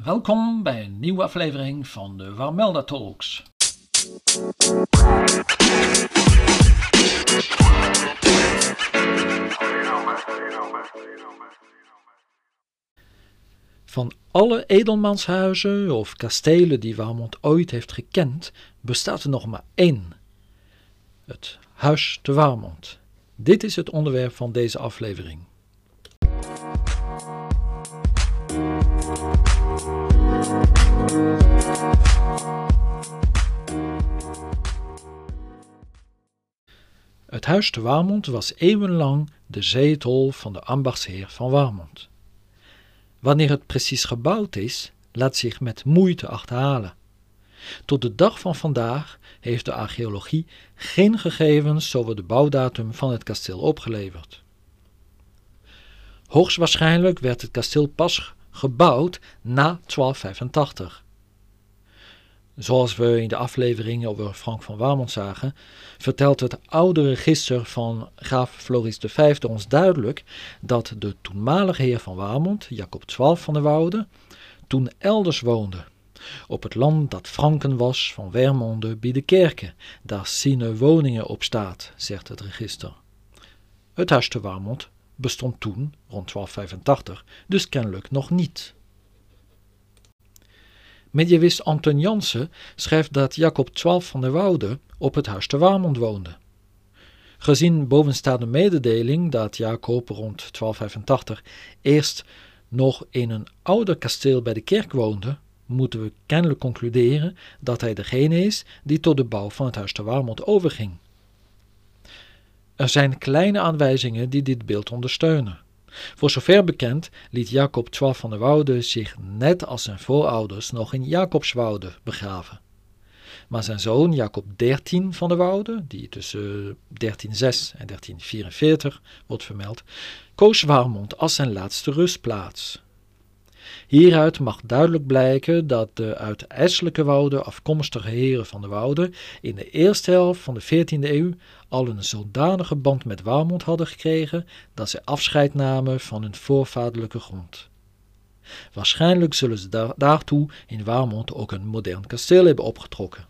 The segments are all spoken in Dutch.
Welkom bij een nieuwe aflevering van de Warmelda Talks. Van alle edelmanshuizen of kastelen die Warmond ooit heeft gekend, bestaat er nog maar één. Het Huis te Warmond. Dit is het onderwerp van deze aflevering. Het Huis te Warmond was eeuwenlang de zetel van de ambachtsheer van Warmond. Wanneer het precies gebouwd is, laat zich met moeite achterhalen. Tot de dag van vandaag heeft de archeologie geen gegevens over de bouwdatum van het kasteel opgeleverd. Hoogstwaarschijnlijk werd het kasteel pas gebouwd na 1285. Zoals we in de aflevering over Frank van Warmond zagen, vertelt het oude register van graaf Floris V ons duidelijk dat de toenmalige heer van Warmond, Jacob XII van der Woude, toen elders woonde, op het land dat Franken was van Wermonde bij de kerken, daar zijn woningen op staat, zegt het register. Het Huis te Warmond bestond toen, rond 1285, dus kennelijk nog niet. Mediëvist Anton Jansen schrijft dat Jacob XII van der Woude op het Huis te Warmond woonde. Gezien bovenstaande mededeling dat Jacob rond 1285 eerst nog in een ouder kasteel bij de kerk woonde, moeten we kennelijk concluderen dat hij degene is die tot de bouw van het Huis te Warmond overging. Er zijn kleine aanwijzingen die dit beeld ondersteunen. Voor zover bekend liet Jacob XII van der Woude zich net als zijn voorouders nog in Jacobswoude begraven. Maar zijn zoon Jacob XIII van der Woude, die tussen 1306 en 1344 wordt vermeld, koos Warmond als zijn laatste rustplaats. Hieruit mag duidelijk blijken dat de uit IJselijke Woude afkomstige heren van der Woude in de eerste helft van de 14e eeuw al een zodanige band met Warmond hadden gekregen dat zij afscheid namen van hun voorvaderlijke grond. Waarschijnlijk zullen ze daartoe in Warmond ook een modern kasteel hebben opgetrokken.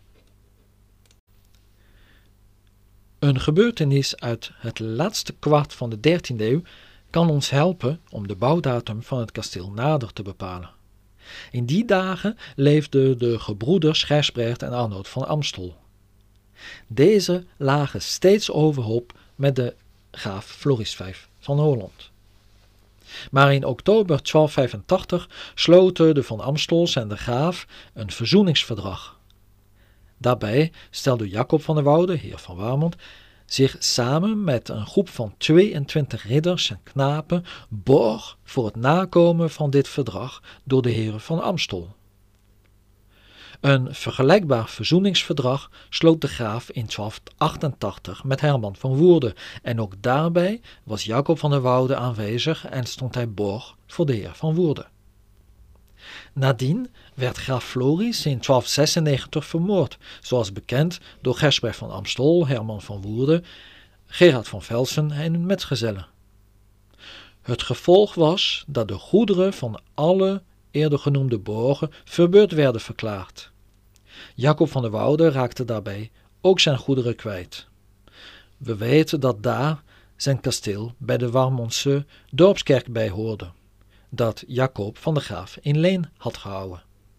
Een gebeurtenis uit het laatste kwart van de 13e eeuw kan ons helpen om de bouwdatum van het kasteel nader te bepalen. In die dagen leefden de gebroeders Gijsbrecht en Arnold van Amstel. Deze lagen steeds overhoop met de graaf Floris V van Holland. Maar in oktober 1285 sloten de Van Amstels en de graaf een verzoeningsverdrag. Daarbij stelde Jacob van der Woude, heer van Warmond, zich samen met een groep van 22 ridders en knapen borg voor het nakomen van dit verdrag door de heren van Amstel. Een vergelijkbaar verzoeningsverdrag sloot de graaf in 1288 met Herman van Woerden en ook daarbij was Jacob van der Woude aanwezig en stond hij borg voor de heer van Woerden. Nadien werd graaf Floris in 1296 vermoord, zoals bekend door Gijsbrecht van Amstel, Herman van Woerden, Gerard van Velsen en hun metgezellen. Het gevolg was dat de goederen van alle eerder genoemde borgen verbeurd werden verklaard. Jacob van der Woude raakte daarbij ook zijn goederen kwijt. We weten dat daar zijn kasteel bij de Warmondse dorpskerk bij hoorde, dat Jacob van der Graaf in leen had gehouden.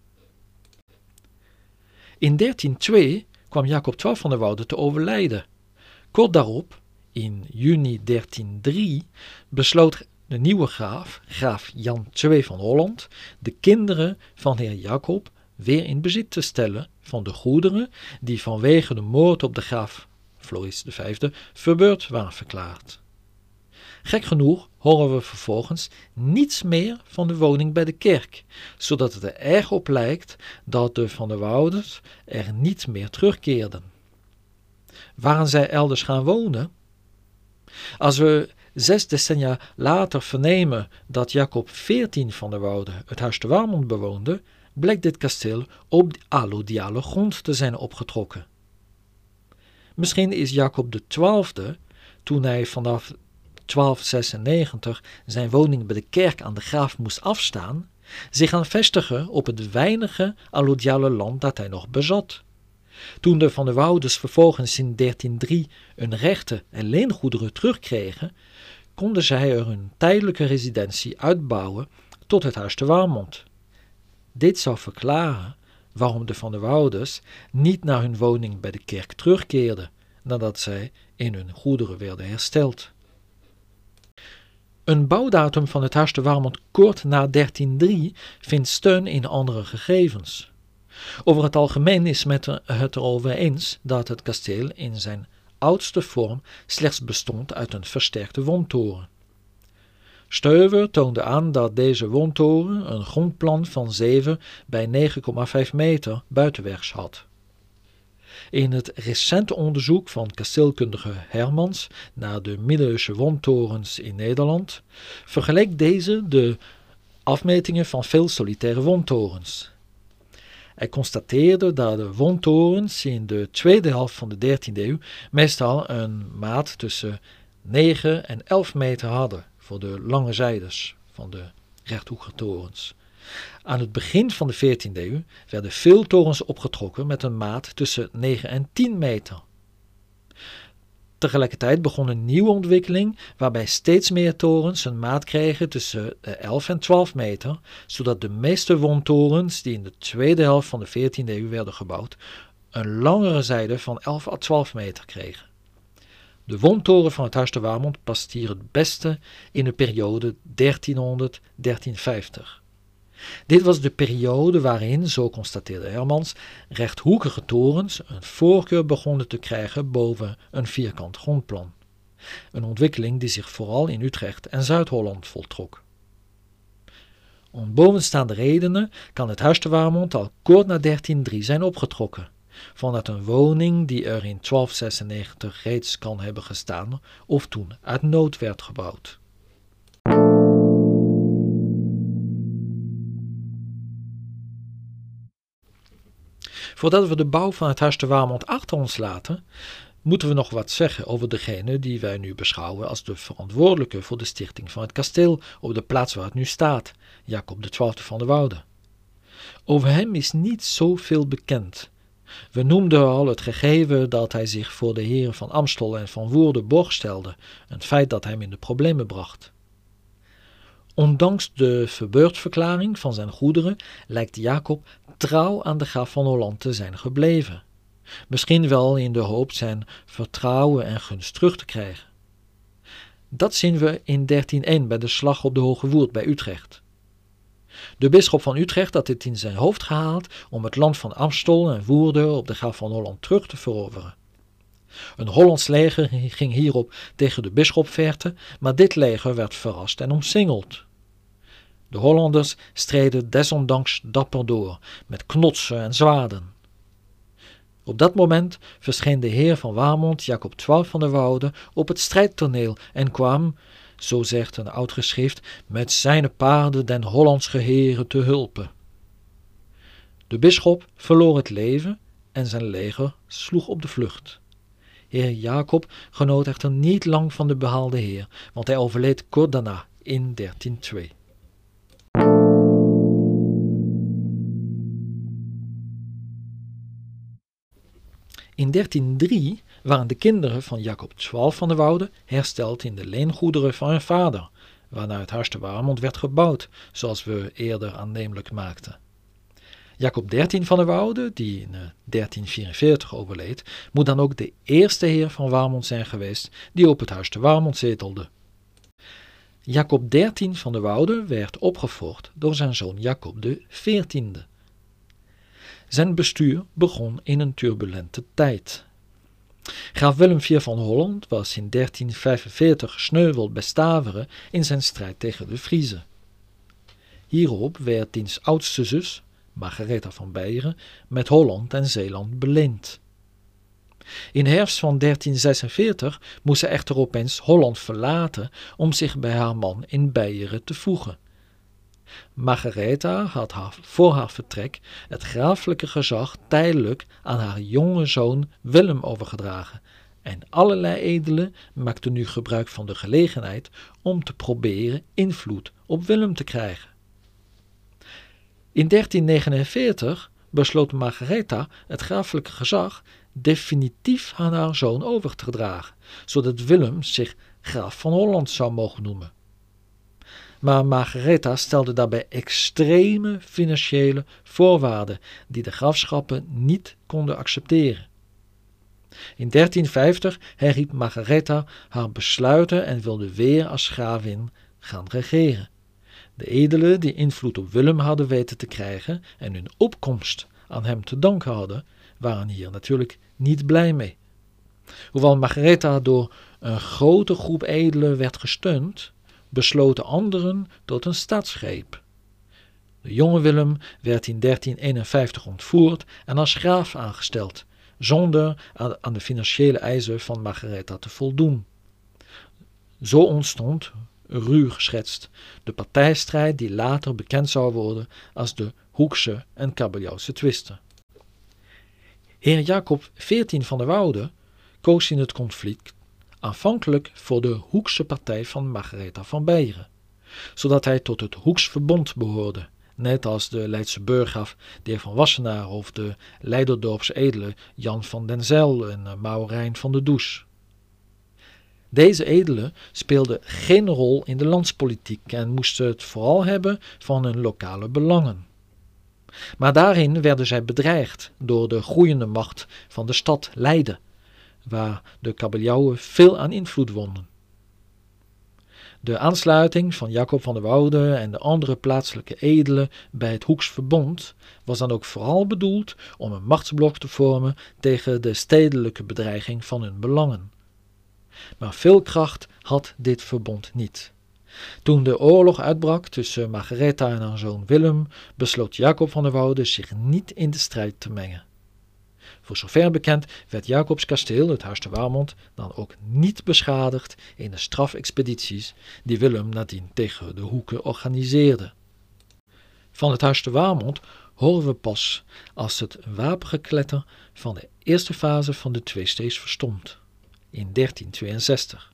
In 1302 kwam Jacob XII van der Woude te overlijden. Kort daarop, in juni 1303, besloot de nieuwe graaf Jan II van Holland, de kinderen van heer Jacob weer in bezit te stellen van de goederen die vanwege de moord op de graaf Floris V verbeurd waren verklaard. Gek genoeg horen we vervolgens niets meer van de woning bij de kerk, zodat het er erg op lijkt dat de Van der Wouders er niet meer terugkeerden. Waren zij elders gaan wonen? Als we 6 decennia later vernemen dat Jacob XIV van der Woude het Huis te Warmond bewoonde, blijkt dit kasteel op allodiale grond te zijn opgetrokken. Misschien is Jacob XII, toen hij vanaf 1296 zijn woning bij de kerk aan de graaf moest afstaan, zich gaan vestigen op het weinige allodiale land dat hij nog bezat. Toen de Van der Wouders vervolgens in 1303 hun rechten en leengoederen terugkregen, konden zij er hun tijdelijke residentie uitbouwen tot het Huis te Warmond. Dit zou verklaren waarom de Van der Wouders niet naar hun woning bij de kerk terugkeerden, nadat zij in hun goederen werden hersteld. Een bouwdatum van het Huis te Warmond kort na 1303 vindt steun in andere gegevens. Over het algemeen is men het erover eens dat het kasteel in zijn oudste vorm slechts bestond uit een versterkte woontoren. Steuver toonde aan dat deze woontoren een grondplan van 7 bij 9,5 meter buitenwerks had. In het recente onderzoek van kasteelkundige Hermans naar de middeleeuwse woontorens in Nederland vergeleek deze de afmetingen van veel solitaire woontorens. Hij constateerde dat de woontorens in de tweede helft van de 13e eeuw meestal een maat tussen 9 en 11 meter hadden voor de lange zijdes van de rechthoekige torens. Aan het begin van de 14e eeuw werden veel torens opgetrokken met een maat tussen 9 en 10 meter. Tegelijkertijd begon een nieuwe ontwikkeling waarbij steeds meer torens een maat kregen tussen 11 en 12 meter, zodat de meeste woontorens die in de tweede helft van de 14e eeuw werden gebouwd, een langere zijde van 11 à 12 meter kregen. De woontoren van het Huis te Warmond past hier het beste in de periode 1300-1350. Dit was de periode waarin, zo constateerde Hermans, rechthoekige torens een voorkeur begonnen te krijgen boven een vierkant grondplan. Een ontwikkeling die zich vooral in Utrecht en Zuid-Holland voltrok. Om bovenstaande redenen kan het Huis te Warmond al kort na 1303 zijn opgetrokken, vanuit een woning die er in 1296 reeds kan hebben gestaan of toen uit nood werd gebouwd. Voordat we de bouw van het Huis te Warmond achter ons laten, moeten we nog wat zeggen over degene die wij nu beschouwen als de verantwoordelijke voor de stichting van het kasteel op de plaats waar het nu staat, Jacob XII van der Woude. Over hem is niet zoveel bekend. We noemden al het gegeven dat hij zich voor de heren van Amstel en van Woerden borg stelde, een feit dat hem in de problemen bracht. Ondanks de verbeurdverklaring van zijn goederen lijkt Jacob trouw aan de graaf van Holland te zijn gebleven. Misschien wel in de hoop zijn vertrouwen en gunst terug te krijgen. Dat zien we in 1301 bij de slag op de Hoge Woerd bij Utrecht. De bisschop van Utrecht had het in zijn hoofd gehaald om het land van Amstel en Woerden op de graaf van Holland terug te veroveren. Een Hollands leger ging hierop tegen de bisschop vechten, maar dit leger werd verrast en omsingeld. De Hollanders streden desondanks dapper door, met knotsen en zwaarden. Op dat moment verscheen de heer van Warmond, Jacob XII van der Woude, op het strijdtoneel en kwam, zo zegt een oud geschrift, met zijn paarden den Hollandsche heren te hulpe. De bisschop verloor het leven en zijn leger sloeg op de vlucht. Heer Jacob genoot echter niet lang van de behaalde heer, want hij overleed kort daarna in 1302. In 1303 waren de kinderen van Jacob XII van der Woude hersteld in de leengoederen van hun vader, waarna het Huis te Warmond werd gebouwd, zoals we eerder aannemelijk maakten. Jacob XIII van der Woude, die in 1344 overleed, moet dan ook de eerste heer van Warmond zijn geweest die op het Huis te Warmond zetelde. Jacob XIII van der Woude werd opgevolgd door zijn zoon Jacob XIV. Zijn bestuur begon in een turbulente tijd. Graaf Willem IV van Holland was in 1345 gesneuveld bij Staveren in zijn strijd tegen de Friezen. Hierop werd diens oudste zus, Margaretha van Beieren, met Holland en Zeeland beleend. In herfst van 1346 moest ze echter opeens Holland verlaten om zich bij haar man in Beieren te voegen. Margaretha had voor haar vertrek het graaflijke gezag tijdelijk aan haar jonge zoon Willem overgedragen en allerlei edelen maakten nu gebruik van de gelegenheid om te proberen invloed op Willem te krijgen. In 1349 besloot Margaretha het grafelijke gezag definitief aan haar zoon over te dragen, zodat Willem zich graaf van Holland zou mogen noemen. Maar Margaretha stelde daarbij extreme financiële voorwaarden die de grafschappen niet konden accepteren. In 1350 herriep Margaretha haar besluiten en wilde weer als gravin gaan regeren. De edelen die invloed op Willem hadden weten te krijgen en hun opkomst aan hem te danken hadden, waren hier natuurlijk niet blij mee. Hoewel Margaretha door een grote groep edelen werd gesteund, besloten anderen tot een staatsgreep. De jonge Willem werd in 1351 ontvoerd en als graaf aangesteld, zonder aan de financiële eisen van Margaretha te voldoen. Zo ontstond, ruw geschetst, de partijstrijd die later bekend zou worden als de Hoekse en Kabeljauwse twisten. Heer Jacob XIV van der Woude koos in het conflict aanvankelijk voor de Hoekse partij van Margaretha van Beieren, zodat hij tot het Hoeks Verbond behoorde, net als de Leidse burggraaf de heer van Wassenaar of de Leiderdorpse edele Jan van den Zijl en Maurijn van de Does. Deze edelen speelden geen rol in de landspolitiek en moesten het vooral hebben van hun lokale belangen. Maar daarin werden zij bedreigd door de groeiende macht van de stad Leiden, waar de kabeljauwen veel aan invloed wonnen. De aansluiting van Jacob van der Woude en de andere plaatselijke edelen bij het Hoeks Verbond was dan ook vooral bedoeld om een machtsblok te vormen tegen de stedelijke bedreiging van hun belangen. Maar veel kracht had dit verbond niet. Toen de oorlog uitbrak tussen Margaretha en haar zoon Willem, besloot Jacob van der Woude zich niet in de strijd te mengen. Voor zover bekend werd Jacobs kasteel, het Huis te Warmond, dan ook niet beschadigd in de strafexpedities die Willem nadien tegen de Hoeken organiseerde. Van het Huis te Warmond horen we pas als het wapengekletter van de eerste fase van de tweesteeds verstomt, in 1362.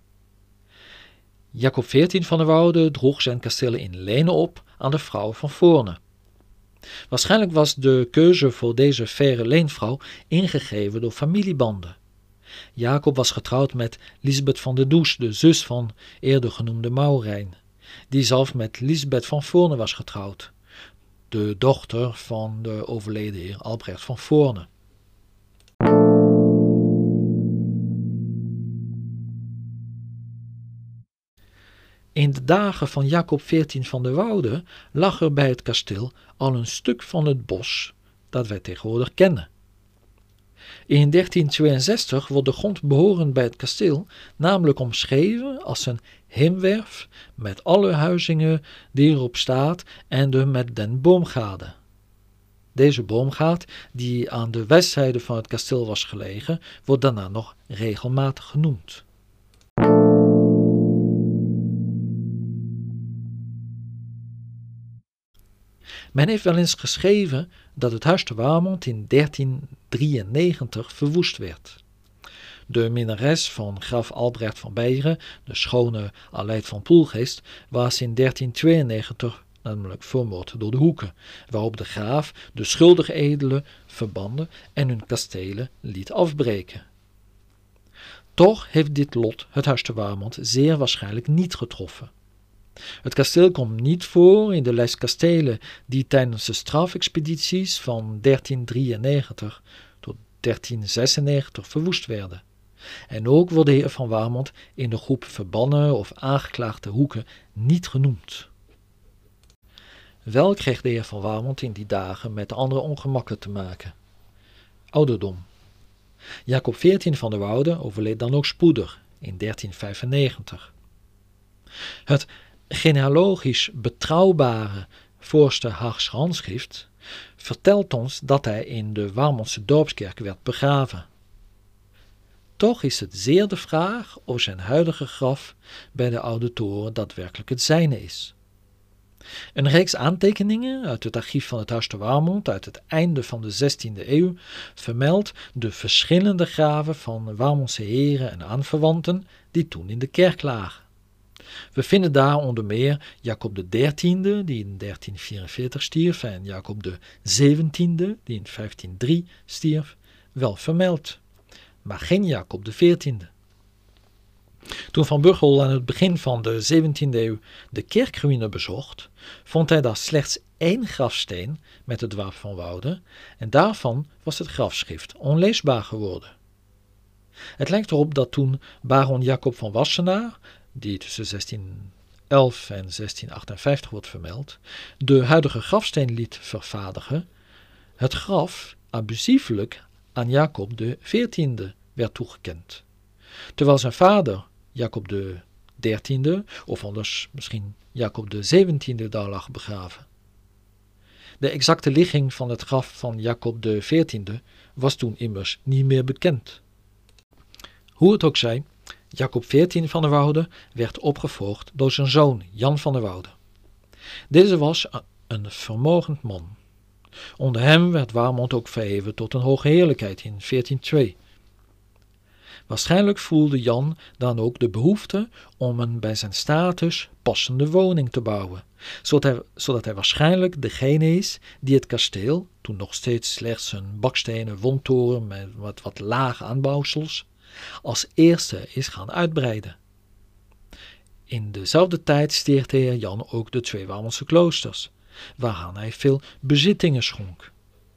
Jacob XIV van der Woude droeg zijn kastelen in Leenen op aan de vrouw van Voorne. Waarschijnlijk was de keuze voor deze verre leenvrouw ingegeven door familiebanden. Jacob was getrouwd met Lisbeth van de Does, de zus van eerder genoemde Maurijn, die zelf met Lisbeth van Voorne was getrouwd, de dochter van de overleden heer Albrecht van Voorne. In de dagen van Jacob XIV van der Woude lag er bij het kasteel al een stuk van het bos dat wij tegenwoordig kennen. In 1362 wordt de grond behorend bij het kasteel namelijk omschreven als een heemwerf met alle huizingen die erop staat en de met den boomgade. Deze boomgaard, die aan de westzijde van het kasteel was gelegen, wordt daarna nog regelmatig genoemd. Men heeft wel eens geschreven dat het Huis te Warmond in 1393 verwoest werd. De minnares van graaf Albrecht van Beieren, de schone Aleid van Poelgeest, was in 1392 namelijk vermoord door de Hoeken, waarop de graaf de schuldige edelen verbande en hun kastelen liet afbreken. Toch heeft dit lot het Huis te Warmond zeer waarschijnlijk niet getroffen. Het kasteel komt niet voor in de lijst kastelen die tijdens de strafexpedities van 1393 tot 1396 verwoest werden. En ook wordt de heer van Warmond in de groep verbannen of aangeklaagde Hoeken niet genoemd. Wel kreeg de heer van Warmond in die dagen met andere ongemakken te maken. Ouderdom. Jacob XIV van der Woude overleed dan ook spoedig in 1395. Het genealogisch betrouwbare Voorste Haagse handschrift vertelt ons dat hij in de Warmondse dorpskerk werd begraven. Toch is het zeer de vraag of zijn huidige graf bij de Oude Toren daadwerkelijk het zijne is. Een reeks aantekeningen uit het archief van het Huis te Warmond uit het einde van de 16e eeuw vermeldt de verschillende graven van Warmondse heren en aanverwanten die toen in de kerk lagen. We vinden daar onder meer Jacob XIII, die in 1344 stierf, en Jacob XVII, die in 1503 stierf, wel vermeld, maar geen Jacob XIV. Toen Van Buchel aan het begin van de 17e eeuw de kerkruïne bezocht, vond hij daar slechts 1 grafsteen met het wapen van Wouden en daarvan was het grafschrift onleesbaar geworden. Het lijkt erop dat toen baron Jacob van Wassenaar, die tussen 1611 en 1658 wordt vermeld, de huidige grafsteen liet vervaardigen, het graf abusieflijk aan Jacob XIV werd toegekend, terwijl zijn vader Jacob XIII, of anders misschien Jacob XVII, daar lag begraven. De exacte ligging van het graf van Jacob XIV was toen immers niet meer bekend. Hoe het ook zij, Jacob XIV van der Woude werd opgevolgd door zijn zoon Jan van der Woude. Deze was een vermogend man. Onder hem werd Warmond ook verheven tot een hoge heerlijkheid in 1402. Waarschijnlijk voelde Jan dan ook de behoefte om een bij zijn status passende woning te bouwen, zodat hij waarschijnlijk degene is die het kasteel, toen nog steeds slechts een bakstenen wondtoren met wat lage aanbouwsels, als eerste is gaan uitbreiden. In dezelfde tijd stichtte heer Jan ook de 2 Warmondse kloosters, waaraan hij veel bezittingen schonk.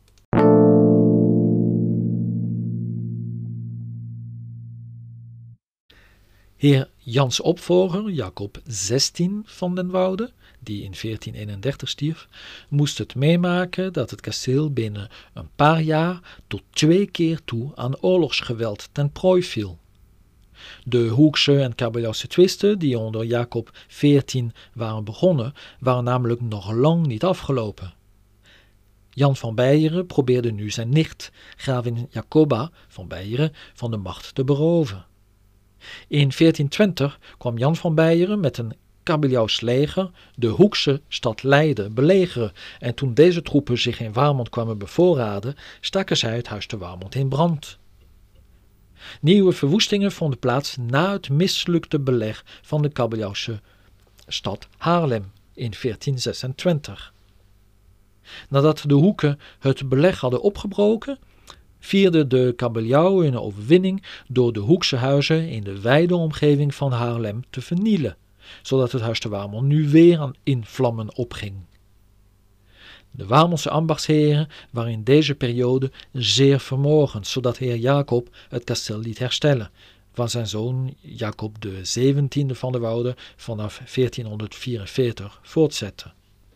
Heer Jans opvolger, Jacob XVI van den Woude, die in 1431 stierf, moest het meemaken dat het kasteel binnen een paar jaar tot 2 keer toe aan oorlogsgeweld ten prooi viel. De Hoekse en Kabeljauwse twisten die onder Jacob XIV waren begonnen, waren namelijk nog lang niet afgelopen. Jan van Beieren probeerde nu zijn nicht, gravin Jacoba van Beieren, van de macht te beroven. In 1420 kwam Jan van Beieren met een Kabeljauws leger de Hoekse stad Leiden belegeren en toen deze troepen zich in Warmond kwamen bevoorraden, staken zij het huis te Warmond in brand. Nieuwe verwoestingen vonden plaats na het mislukte beleg van de Kabeljauwse stad Haarlem in 1426. Nadat de Hoeken het beleg hadden opgebroken, vierde de kabeljauwen hun overwinning door de Hoekse huizen in de wijde omgeving van Haarlem te vernielen, zodat het huis te Warmond nu weer in vlammen opging. De Warmondse ambachtsheren waren in deze periode zeer vermogend, zodat heer Jacob het kasteel liet herstellen, waar zijn zoon Jacob XVII van der Woude vanaf 1444 voortzette.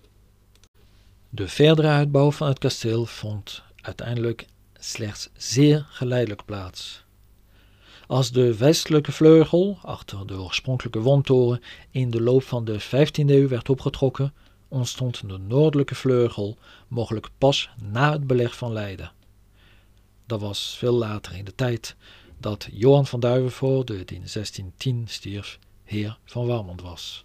De verdere uitbouw van het kasteel vond uiteindelijk slechts zeer geleidelijk plaats. Als de westelijke vleugel, achter de oorspronkelijke wondtoren, in de loop van de 15e eeuw werd opgetrokken, ontstond de noordelijke vleugel mogelijk pas na het beleg van Leiden. Dat was veel later in de tijd dat Johan van Duivenvoorde, die in 1610 stierf, heer van Warmond was.